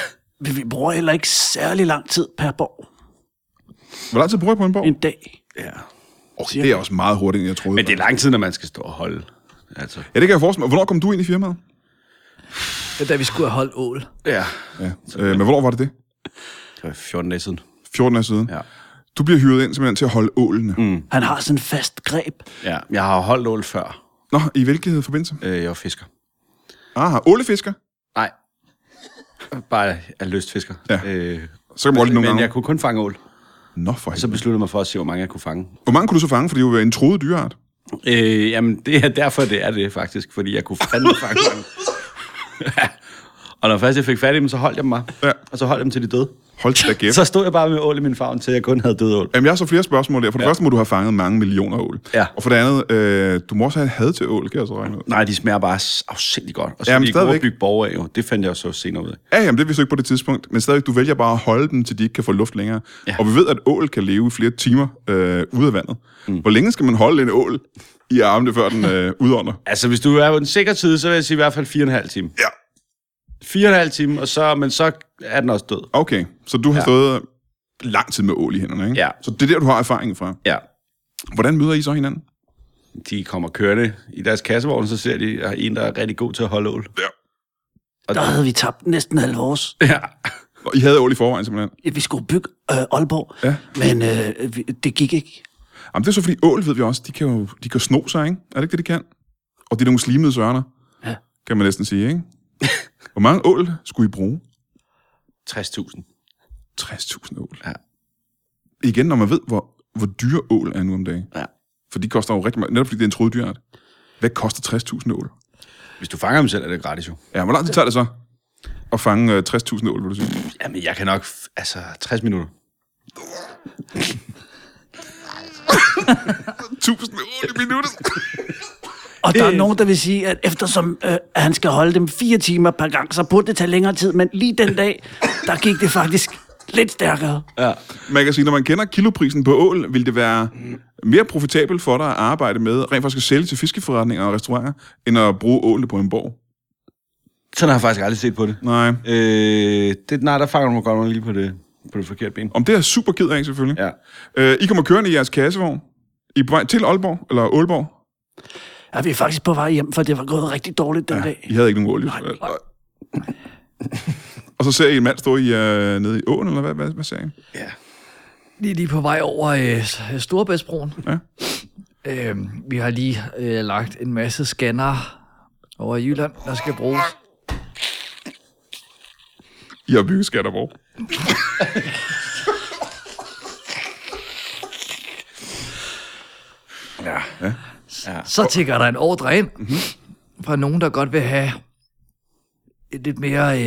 Vi bruger heller ikke særlig lang tid per borg. Hvor lang tid bruger I på en borg? En dag. Ja. Det er også meget hurtigt, end jeg troede. Men det er lang tid, når man skal stå og holde. Altså. Ja, det kan jeg forestille mig. Hvornår kom du ind i firmaet? Da vi skulle have holdt ål. Ja. Men hvornår var det? Det var 14 dage siden. 14 dage siden? Ja. Du bliver hyret ind simpelthen til at holde ålene. Mm. Han har sådan en fast greb. Ja, jeg har holdt ål før. Nå, i hvilket forbindelse? Jeg var fisker. Ålefisker? Nej. Bare af lystfisker. Ja. Så kan man godt nogle gange. Jeg kunne kun fange ål. Nå, for Så besluttede jeg mig for at se, hvor mange jeg kunne fange. Hvor mange kunne du så fange? For det er jo en truet dyreart. Jamen, det er derfor, det er det faktisk. Fordi jeg kunne fandme fange mange. Ja. Og når først jeg fik fat i dem, så holdt jeg dem bare. Ja. Og så holdt jeg dem til de døde. Hold til da Så stod jeg bare med ål i min favn, til jeg kun havde døde ål. Jamen, jeg har så flere spørgsmål der. For det første må du have fanget mange millioner ål. Ja. Og for det andet, du må også have had til ål, kan jeg så regne ud. Nej, de smager bare afsindig godt. Og så Jamen, de gode stadigvæk. at bygge borger af, jo. Det fandt jeg jo så senere ud af. Ja, jamen, det vidste du ikke på det tidspunkt. Men stadig, du vælger bare at holde dem, til de ikke kan få luft længere. Ja. Og vi ved, at ål kan leve i flere timer ude af vandet. Hvor længe skal man holde en ål i armene, før den udånder? Altså, hvis du er på en sikker tid, så vil jeg sige i hvert fald 4,5 timer. Ja. 4,5 timer, men så er den også død. Okay, så du har stået lang tid med ål i hænderne, ikke? Ja. Så det er der, du har erfaringen fra. Ja. Hvordan møder I så hinanden? De kommer kørende i deres kassevogn, så ser de, at en, der er rigtig god til at holde ål. Ja. Og Der havde vi tabt næsten halv vores. Ja. Og I havde ål i forvejen, simpelthen? Vi skulle bygge Aalborg, Ja. men det gik ikke. Jamen, det er så fordi ål, ved vi også, de kan sno sig, ikke? Er det ikke det, de kan? Og det er nogle slimede sørner, Ja. kan man næsten sige, ikke? Hvor mange ål skulle I bruge? 60.000. 60.000 ål. Ja. Igen, når man ved, hvor dyre ål er nu om dagen. Ja. For de koster jo rigtig meget, netop fordi det er en troet dyreart. Hvad koster 60.000 ål? Hvis du fanger dem selv, er det gratis jo. Ja, hvor lang tid tager det så at fange 60.000 ål, vil du sige? Jamen, jeg kan nok... 60 minutter. 1000 ål i minuttet! Og der er nogen, der vil sige, at eftersom at han skal holde dem 4 timer per gang, så burde det tage længere tid. Men lige den dag, der gik det faktisk lidt stærkere. Ja. Man kan sige, når man kender kiloprisen på ål, vil det være mere profitabelt for dig at arbejde med, rent faktisk at sælge til fiskeforretninger og restauranter, end at bruge ålene på en borg. Sådan har jeg faktisk aldrig set på det. Nej. Nej, der fanger du mig godt nok lige på det forkerte ben. Om det er jeg super ked af, selvfølgelig. Ja. I kommer kørende i jeres kassevogn. I er på vej til Aalborg, eller Aalborg. Ja, vi er faktisk på vej hjem, for det var gået rigtig dårligt den dag. I havde ikke nogen olie. Nej. Og så ser I en mand stå nede i åen, eller hvad ser I? Ja. Lige på vej over Storebæltsbroen. Ja. Vi har lige lagt en masse scanner over i Jylland, der skal bruges. I har bygget Skanderborg. Ja. Så tigger der en ordre ind fra nogen, der godt vil have et lidt mere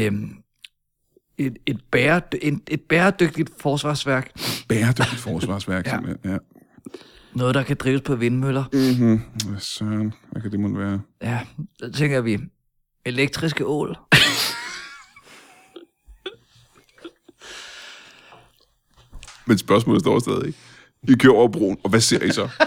et bæredygtigt forsvarsværk. Bæredygtigt forsvarsværk, simpelthen. Ja. Noget, der kan drives på vindmøller. Hvad søren? Hvad kan det måtte være? Ja, så tænker vi elektriske ål. Men spørgsmålet står stadig, ikke? I kører over broen, og hvad ser I så?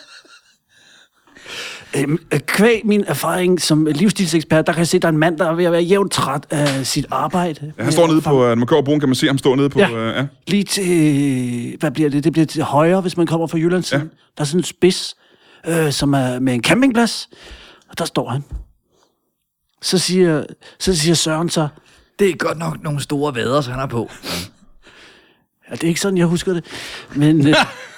Kvæg min erfaring som livsstilsekspert, der kan jeg se, at der er en mand, der er ved at være jævnt træt af sit arbejde. Ja, han står nede på, når man kører over broen, kan man se ham stå nede på... Ja. Lige til, hvad bliver det? Det bliver til højre, hvis man kommer fra Jyllandssiden. Ja. Der er sådan en spids, som er med en campingplads, og der står han. Så siger Søren så, Det er godt nok nogle store vader, så han er på. ja, det er ikke sådan, jeg husker det, men...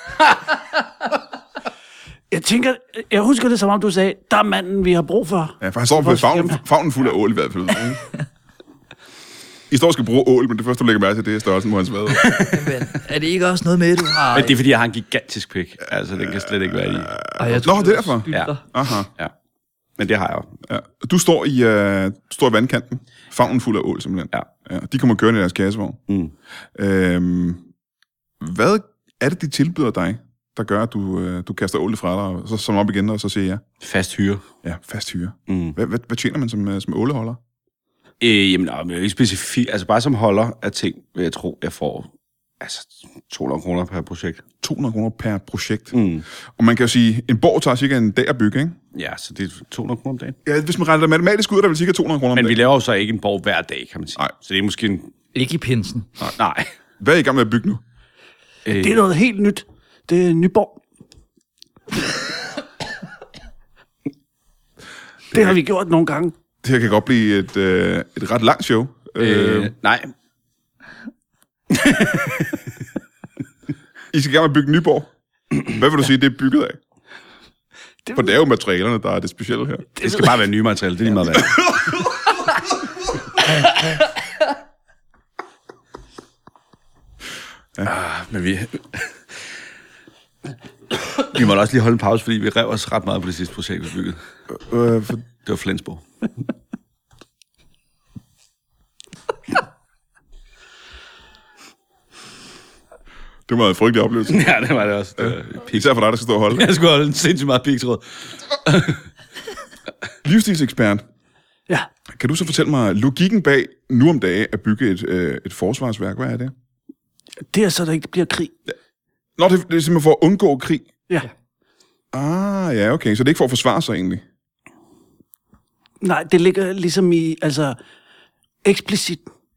Jeg husker det, som om du sagde, der er manden, vi har brug for. Ja, for han står på favnen fuld af ål i hvert fald. Ikke? I står og skal bruge ål, men det første, du lægger mærke til, det er størrelsen på hans vader. Men er det ikke også noget med, du har... Men det er, fordi jeg har en gigantisk pik. Altså, den kan slet ikke være i. Nå, det er derfor. Ja. Aha. Ja. Men det har jeg jo. Ja. Du står i vandkanten. Favnen fuld af ål, simpelthen. Ja. De kommer kørende i deres kassevogn. Hvad er det, de tilbyder dig, der gør, at du kaster ålet fra dig, og så som op igen, og så siger ja? Fast hyre. Ja, fast hyre. Hvad tjener man som åleholder? Jamen, ikke specifikt. Altså bare som holder af ting, vil jeg tro, jeg får Altså, 200 kroner per projekt. 200 kroner per projekt. Og man kan jo sige, en borg tager cirka en dag at bygge, ikke? Ja, så det er 200 kroner om dagen. Ja, hvis man regner det matematisk ud, er der vel cirka 200 kroner om dagen. Men vi laver jo så ikke en borg hver dag, kan man sige. Nej. Så det er måske en... Ikke i pinsen. Nej. Hvad er I gang med at bygge nu? Det er noget helt nyt. Det er Nyborg. Det har vi gjort nogle gange. Det her kan godt blive et ret langt show. Nej. I skal gerne med at bygge Nyborg. Hvad vil du sige, det er bygget af? For det er jo materialerne, der er det specielle her. Det skal bare være nye materialer. Det er lige meget værd. Men vi må også lige holde en pause, fordi vi rev os ret meget på det sidste projekt, vi byggede. Det var Flensborg. Det var en frygtelig oplevelse. Ja, det var det også. Det var især for dig, der skal stå og holde. Jeg skulle holde en sindssygt meget pigtråd. Livsstilsekspert. Ja. Kan du så fortælle mig logikken bag nu om dagen at bygge et forsvarsværk? Hvad er det? Det er så, der ikke bliver krig. Nå, det er simpelthen for at undgå krig. Ja. Ja, okay. Så det er ikke for at forsvare sig egentlig? Nej, det ligger ligesom i, altså, eksplicit.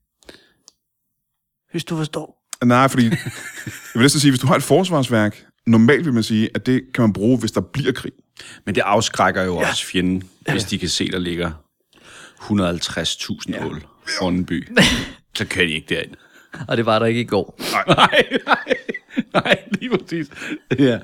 Hvis du forstår. Nej, fordi jeg vil næsten sige, hvis du har et forsvarsværk, normalt vil man sige, at det kan man bruge, hvis der bliver krig. Men det afskrækker jo også fjenden, hvis de kan se, der ligger 150.000 ål foran en by. Så kan de ikke derind. Og det var der ikke i går. Nej, lige præcis. Ja.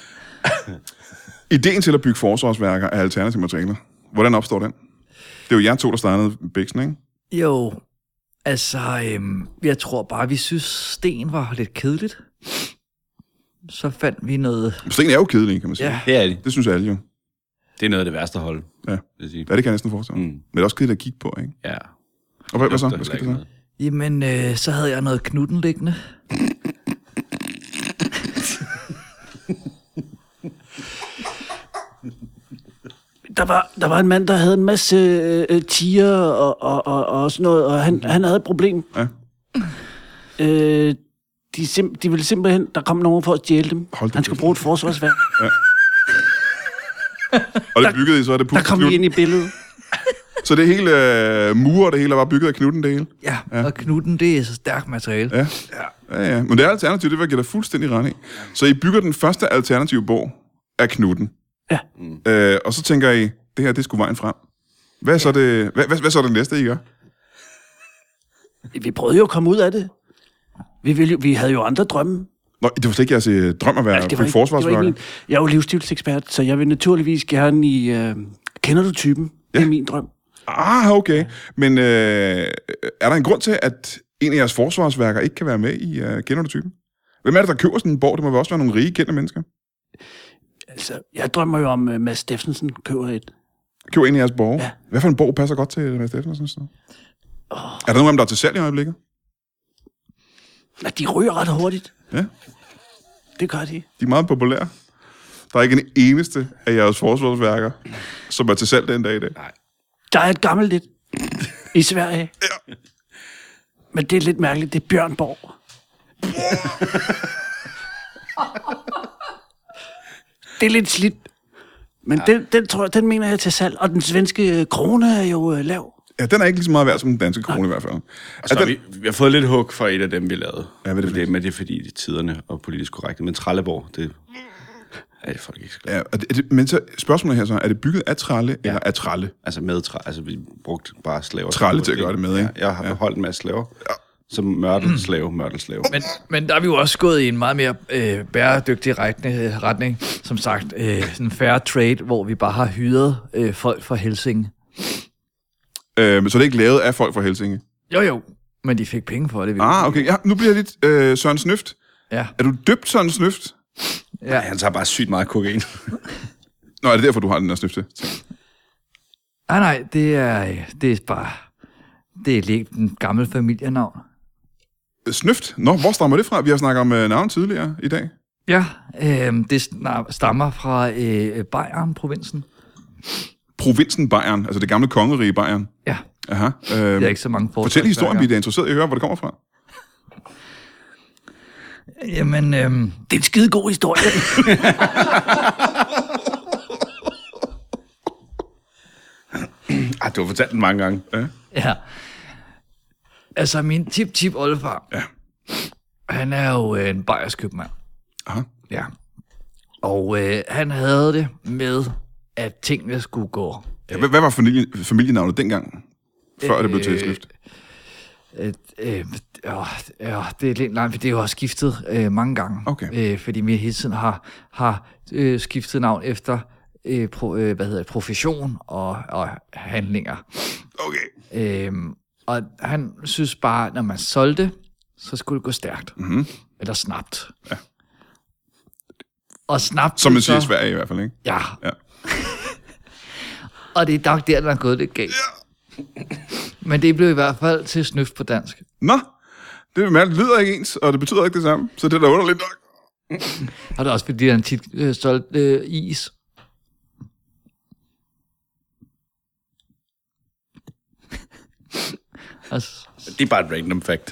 Ideen til at bygge forsvarsværker af alternative materialer, hvordan opstår den? Det er jo jer to, der startede Bæksen, ikke? Jo, altså, jeg tror bare, vi synes, sten var lidt kedeligt. Så fandt vi noget... Sten er jo kedelig, kan man sige. Ja. Det er det. Det synes alle jo. Det er noget af det værste at holde. Ja, vil jeg sige. det kan jeg næsten forestille mig. Men det er også kedeligt at kigge på, ikke? Ja. Og hvad så? Hvad skal det så? Jamen, så havde jeg noget Knutten liggende. Der var en mand, der havde en masse tiger og sådan noget, og han havde et problem. Ja. De ville simpelthen, der kom nogen for at stjæle dem. Han skulle bruge et forsvarsværk. Ja. Og det byggede I, så er det Der kom vi ind i billedet. Så det hele mure, det hele var bygget af Knutten, det hele? Ja, og Knutten, det er så stærkt materiale. Ja. Men det er alternativt, det vil jeg give dig fuldstændig ret i. Så I bygger den første alternative borg af Knutten. Ja. Og så tænker I, det her, det skulle vejen frem. Hvad er så det, hvad så det næste, I gør? Vi prøvede jo at komme ud af det. Vi havde jo andre drømme. Nå, det var slet ikke jeres drøm at være forsvarsværker? Jeg er jo livsstilsekspert, så jeg vil naturligvis gerne i... kender du typen? Ja. Det er min drøm. Okay. Men er der en grund til, at en af jeres forsvarsværker ikke kan være med i Kender du typen? Hvem er det, der køber sådan en borg? Det må også være nogle rige, kendte mennesker. Altså, jeg drømmer jo om, Mads Steffensen køber et. Køber en af jeres borg? Ja. Hvad for en borg passer godt til Mads Steffensen? Er der nogen af dem, der er til salg i øjeblikket? Nej, de ryger ret hurtigt. Ja. Det gør de. De er meget populære. Der er ikke en eneste af jeres forsvarsværker, som er til salg den dag i dag. Nej. Der er et gammelt lidt i Sverige. Ja. Men det er lidt mærkeligt. Det er Bjørnborg. Det er lidt slidt. Men den tror jeg, den mener jeg til salg. Og den svenske krone er jo lav. Ja, den er ikke lige så meget værd som den danske krone i hvert fald. Og så vi har fået lidt hug for et af dem, vi lavede. Ja, hvad er det? Men det er fordi, de tiderne og politisk korrekte. Men Trelleborg, det er det folk ikke så glade. Ja, men så spørgsmålet her så, er det bygget af trælle eller af trælle? Altså med trælle. Altså vi brugte bare slaver. Trælle til at gøre det med, ikke? Ja, jeg har holdt en masse slaver. Ja. Som mørtelslave. Men der er vi jo også gået i en meget mere bæredygtig retning. Som sagt, en fair trade, hvor vi bare har hyret folk fra Helsinge. Men så er det ikke lavet af folk fra Helsinge? Jo, men de fik penge for det. Okay. Ja, nu bliver jeg lidt Søren Snøft. Ja. Er du døbt Søren Snøft? Ja. Nej, han tager bare sygt meget kokain. Nå, er det derfor, du har den der snøfte? Nej, det er bare... Det er den gamle familienavn. Snøft? Nå, hvor stammer det fra? Vi har snakket om navn tidligere i dag. Ja, det stammer fra Bayern-provinsen. Provinsen Bayern, altså det gamle kongerige Bayern. Ja. Aha. Det er ikke så mange fortæl historien, vi er interesseret i at høre, hvor det kommer fra. Jamen, Det er en skide god historie. Du har fortalt den mange gange. Ja. ja. Altså, min tip-oldefar, han er jo en bayersk købmand. Aha. Ja. Og han havde det med, at tingene skulle gå. Ja, hvad var familienavnet dengang? Før det blev til et skift? Det er lidt langt, for det er jo også skiftet mange gange. Okay. Fordi vi hele tiden har skiftet navn efter profession og handlinger. Okay. Og han synes bare, når man solgte, så skulle det gå stærkt. Mm-hmm. Eller snabt. Ja. Og snabt... Som man siger i Sverige i hvert fald, ikke? Ja. Ja. Og det er nok der er gået lidt galt. Ja. Men det blev i hvert fald til snøft på dansk. Nå, det lyder ikke ens, og det betyder ikke det samme. Så det er da underligt nok. Og det er også fordi, han tit solgt is. Altså, Det er bare et random fact.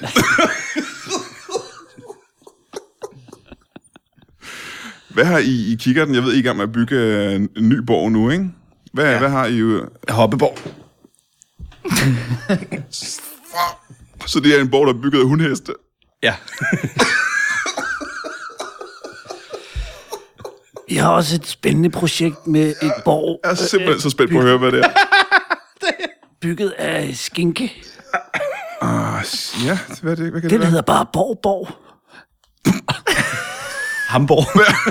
Hvad har I kikkerten? Jeg ved, I er i gang med at bygge en ny borg nu, ikke? Hvad har I... Hoppeborg. Så det er en borg, der er bygget af hundheste? Ja. Vi har også et spændende projekt med et borg. Jeg er simpelthen så spændt på at høre, hvad det er. Bygget af skinke. Ja, hvad er det? Hvad kan Den det hedder bare Borg. Hamburg.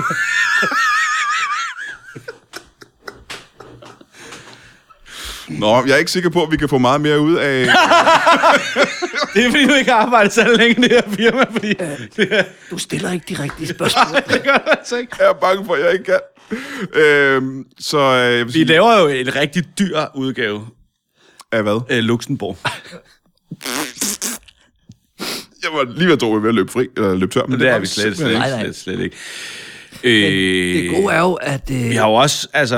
Nå, jeg er ikke sikker på, at vi kan få meget mere ud af... Det er fordi, du ikke har arbejdet så længe i det her firma, fordi... Du stiller ikke de rigtige spørgsmål. det gør du altså ikke. Jeg er bange for, at jeg ikke kan. Jeg vil Vi sige... laver jo en rigtig dyr udgave Af hvad? af Luxembourg. Jeg var lige ved at tro, at vi var ved at løbe fri, eller løbe tør, men Det er var vi slet Nej. ikke. det gode er jo, at... Vi har jo også, altså...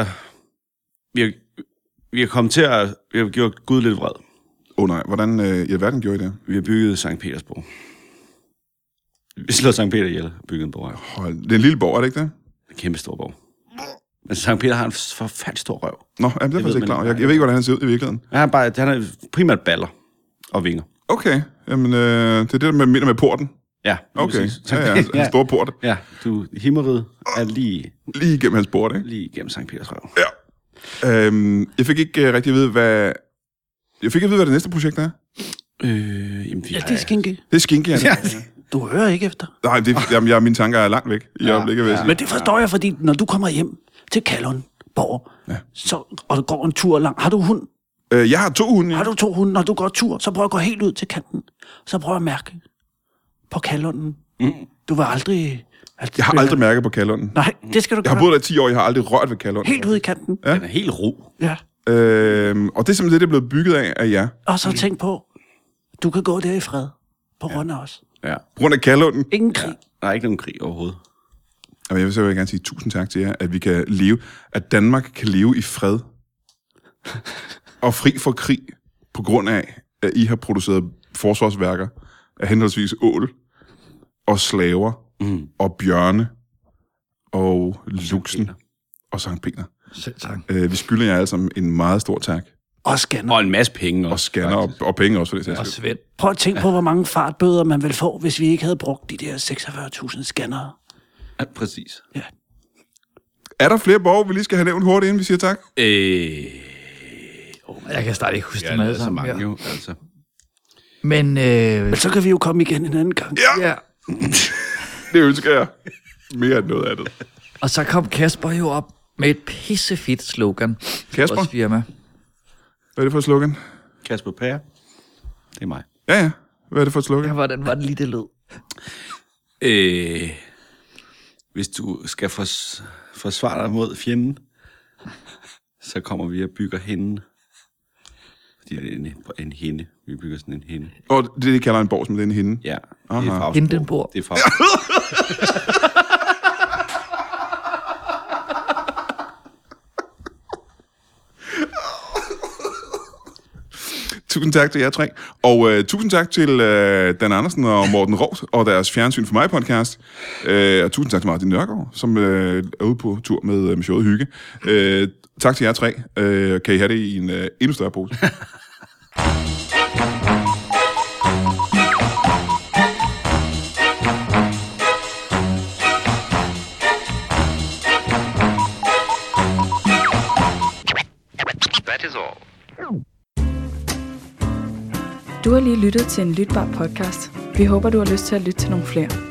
Vi har kommet til at... Vi har gjort Gud lidt vred. Nej, hvordan i alverden gjorde I det? Vi har bygget Sankt Petersborg. Vi slår Sankt Peter ihjel og bygget en borg. Det er en lille borg, er det ikke det? En kæmpe stor borg. Men Sankt Peter har en forfærdeligt stor røv. Nå, jamen, det er faktisk ikke klar. Jeg ved ikke, hvordan han ser ud i virkeligheden. Han er primært baller og vinger. Okay, jamen det er det, man mener med porten. Ja, Okay, ja, en stor port. Ja, himmeriget er lige Lige igennem hans port, ikke? lige gennem Sankt Peters røv. Ja. Jeg fik ikke rigtig at vide, hvad... Jeg fik at vide, hvad det næste projekt er. Jamen, Ja, det er skinke. Det er skinke, ja. Du hører ikke efter. Nej, mine tanker er langt væk i øjeblikket, vil jeg sige. Men det forstår jeg, fordi når du kommer hjem til Kalundborg, og du går en tur lang, har du hund? Jeg har 2 hunde, ja. Har du 2 hunde? Når du går tur, så prøv at gå helt ud til kanten. Så prøv at mærke på Kalunden. Du vil aldrig... Jeg har aldrig mærket på Kalunden. Nej, det skal du Jeg gøre. har boet der i 10 år, jeg har aldrig rørt ved Kalunden. Helt ude i kanten. Ja. Den er helt ro. Ja. Og det er simpelthen det, der er blevet bygget af jer. Og så tænk på, du kan gå der i fred. På grund af os. Ja. På grund af Kalunden. Ingen krig. Der er ikke nogen krig overhovedet. Og jeg vil så gerne sige tusind tak til jer, at vi kan leve, at Danmark kan leve i fred og fri for krig, på grund af, at I har produceret forsvarsværker af henholdsvis ål og slaver og bjørne og luxen og Sankt Peter. Selv tak. Vi skylder jer alle sammen en meget stor tak. Og scanner. Og en masse penge også. Og scanner og penge også for det sags Og skyld. Svend. Prøv at tænke på, hvor mange fartbøder man ville få, hvis vi ikke havde brugt de der 46.000 scannere. Ja, præcis. Ja. Er der flere borgere, vi lige skal have nævnt hurtigt, inden vi siger tak? Jeg kan snart ikke huske Ja, dem det alle er så sammen. mange Ja. jo, altså. Men Men så kan vi jo komme igen en anden gang. Ja. ja. Det ønsker jeg. Mere end noget andet. Og så kom Kasper jo op med et pissefedt slogan. Kasper? Vores firma. Hvad er det for et slogan? Kasper Pære. Det er mig. Ja. Hvad er det for et slogan? Ja, hvordan var det lige, det lød? Hvis du skal forsvare dig mod fjenden, så kommer vi og bygger hende. Fordi det er en hende. Vi bygger sådan en hende. Og det, de kalder en borg, som det er en hende. Ja, Aha. det er Fagsborg. Hindenburg. Det er Fagsborg. Tusind tak til jer tre. Og tusind tak til Dan Andersen og Morten Roth og deres Fjernsyn for mig podcast. Og tusind tak til Martin Nørgaard, som er ude på tur med showet Hygge. Tak til jer tre. Kan I have det i en endnu større pose? That is all. Du har lige lyttet til en lytbar podcast. Vi håber, du har lyst til at lytte til nogle flere.